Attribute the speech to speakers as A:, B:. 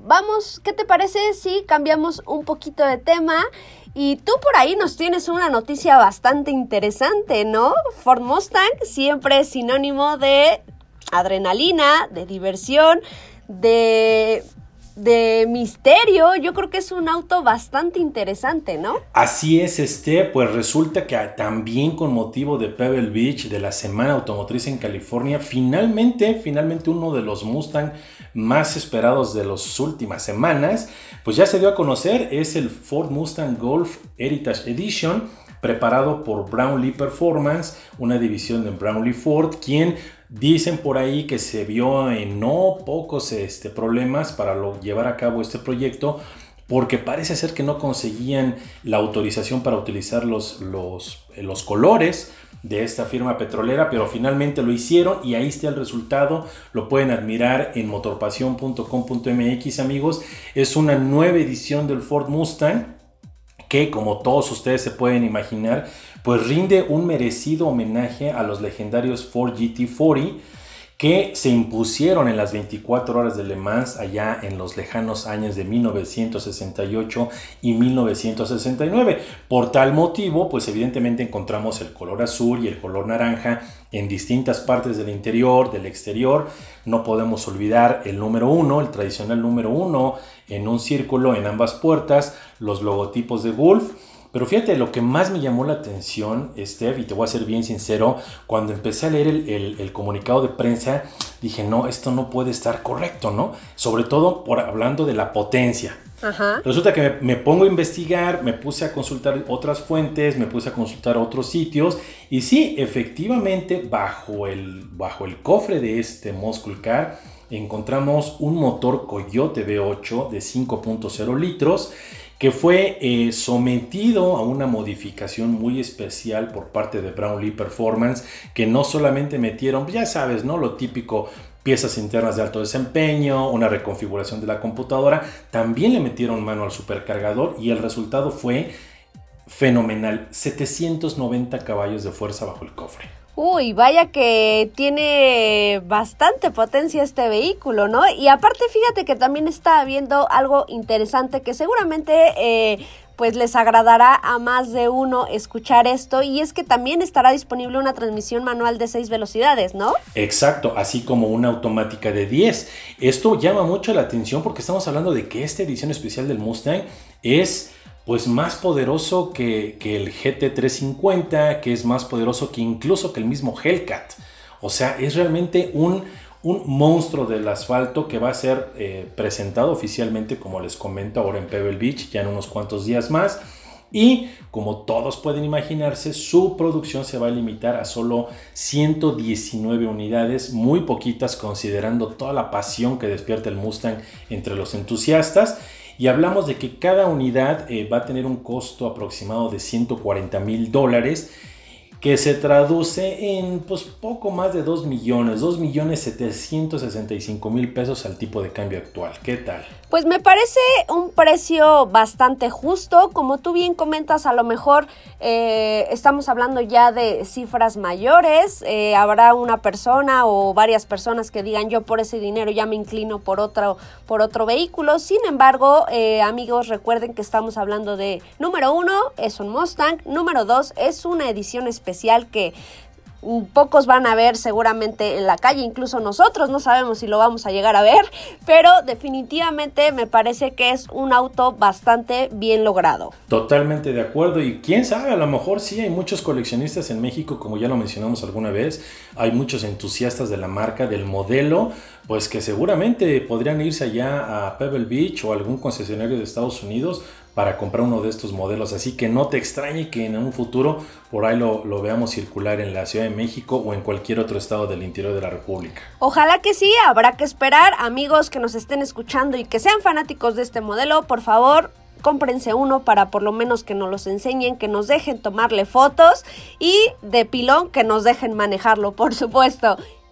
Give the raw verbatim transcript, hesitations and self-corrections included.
A: vamos, ¿qué te parece si cambiamos un poquito de tema? Y tú por ahí nos tienes una noticia bastante interesante, ¿no? Ford Mustang siempre es sinónimo de adrenalina, de diversión, de... de misterio. Yo creo que es un auto bastante interesante, ¿no?
B: Así es, este, pues resulta que también con motivo de Pebble Beach, de la Semana Automotriz en California, finalmente, finalmente uno de los Mustang más esperados de las últimas semanas, pues ya se dio a conocer, es el Ford Mustang Golf Heritage Edition, preparado por Brownlee Performance, una división de Brownlee Ford, quien dicen por ahí que se vio en no pocos este, problemas para lo, llevar a cabo este proyecto, porque parece ser que no conseguían la autorización para utilizar los, los, los colores de esta firma petrolera, pero finalmente lo hicieron y ahí está el resultado. Lo pueden admirar en motorpasión punto com punto m x, amigos. Es una nueva edición del Ford Mustang que, como todos ustedes se pueden imaginar, pues rinde un merecido homenaje a los legendarios Ford G T cuarenta que se impusieron en las veinticuatro horas de Le Mans allá en los lejanos años de mil novecientos sesenta y ocho y mil novecientos sesenta y nueve. Por tal motivo, pues evidentemente encontramos el color azul y el color naranja en distintas partes del interior, del exterior. No podemos olvidar el número uno, el tradicional número uno en un círculo en ambas puertas, los logotipos de Gulf. Pero fíjate, lo que más me llamó la atención, Steph, y te voy a ser bien sincero, cuando empecé a leer el, el, el comunicado de prensa, dije, no, esto no puede estar correcto, ¿no? Sobre todo por hablando de la potencia. Ajá. Resulta que me, me pongo a investigar, me puse a consultar otras fuentes, me puse a consultar otros sitios, y sí, efectivamente, bajo el, bajo el cofre de este Muscle Car, encontramos un motor Coyote V ocho de cinco punto cero litros, que fue eh, sometido a una modificación muy especial por parte de Brownlee Performance, que no solamente metieron, ya sabes, ¿no? Lo típico, piezas internas de alto desempeño, una reconfiguración de la computadora, también le metieron mano al supercargador y el resultado fue fenomenal, setecientos noventa caballos de fuerza bajo el cofre.
A: Uy, vaya que tiene bastante potencia este vehículo, ¿no? Y aparte, fíjate que también está viendo algo interesante que seguramente eh, pues les agradará a más de uno escuchar esto, y es que también estará disponible una transmisión manual de seis velocidades, ¿no?
B: Exacto, así como una automática de diez. Esto llama mucho la atención porque estamos hablando de que esta edición especial del Mustang es pues más poderoso que, que el G T trescientos cincuenta, que es más poderoso que incluso que el mismo Hellcat. O sea, es realmente un, un monstruo del asfalto que va a ser eh, presentado oficialmente, como les comento, ahora en Pebble Beach, ya en unos cuantos días más. Y como todos pueden imaginarse, su producción se va a limitar a solo ciento diecinueve unidades, muy poquitas considerando toda la pasión que despierta el Mustang entre los entusiastas. Y hablamos de que cada unidad eh, va a tener un costo aproximado de ciento cuarenta mil dólares, que se traduce en pues poco más de dos millones, dos millones setecientos sesenta y cinco mil pesos al tipo de cambio actual. ¿Qué tal?
A: Pues me parece un precio bastante justo. Como tú bien comentas, a lo mejor eh, estamos hablando ya de cifras mayores. Eh, habrá una persona o varias personas que digan, yo por ese dinero ya me inclino por otro, por otro vehículo. Sin embargo, eh, amigos, recuerden que estamos hablando de, número uno, es un Mustang. Número dos, es una edición especial que pocos van a ver seguramente en la calle, incluso nosotros no sabemos si lo vamos a llegar a ver, pero definitivamente me parece que es un auto bastante bien logrado.
B: Totalmente de acuerdo, y quién sabe, a lo mejor sí hay muchos coleccionistas en México, como ya lo mencionamos alguna vez, hay muchos entusiastas de la marca, del modelo, pues que seguramente podrían irse allá a Pebble Beach o algún concesionario de Estados Unidos para comprar uno de estos modelos, así que no te extrañe que en un futuro por ahí lo, lo veamos circular en la Ciudad de México o en cualquier otro estado del interior de la República.
A: Ojalá que sí, habrá que esperar. Amigos que nos estén escuchando y que sean fanáticos de este modelo, por favor, cómprense uno para por lo menos que nos los enseñen, que nos dejen tomarle fotos y de pilón que nos dejen manejarlo, por supuesto.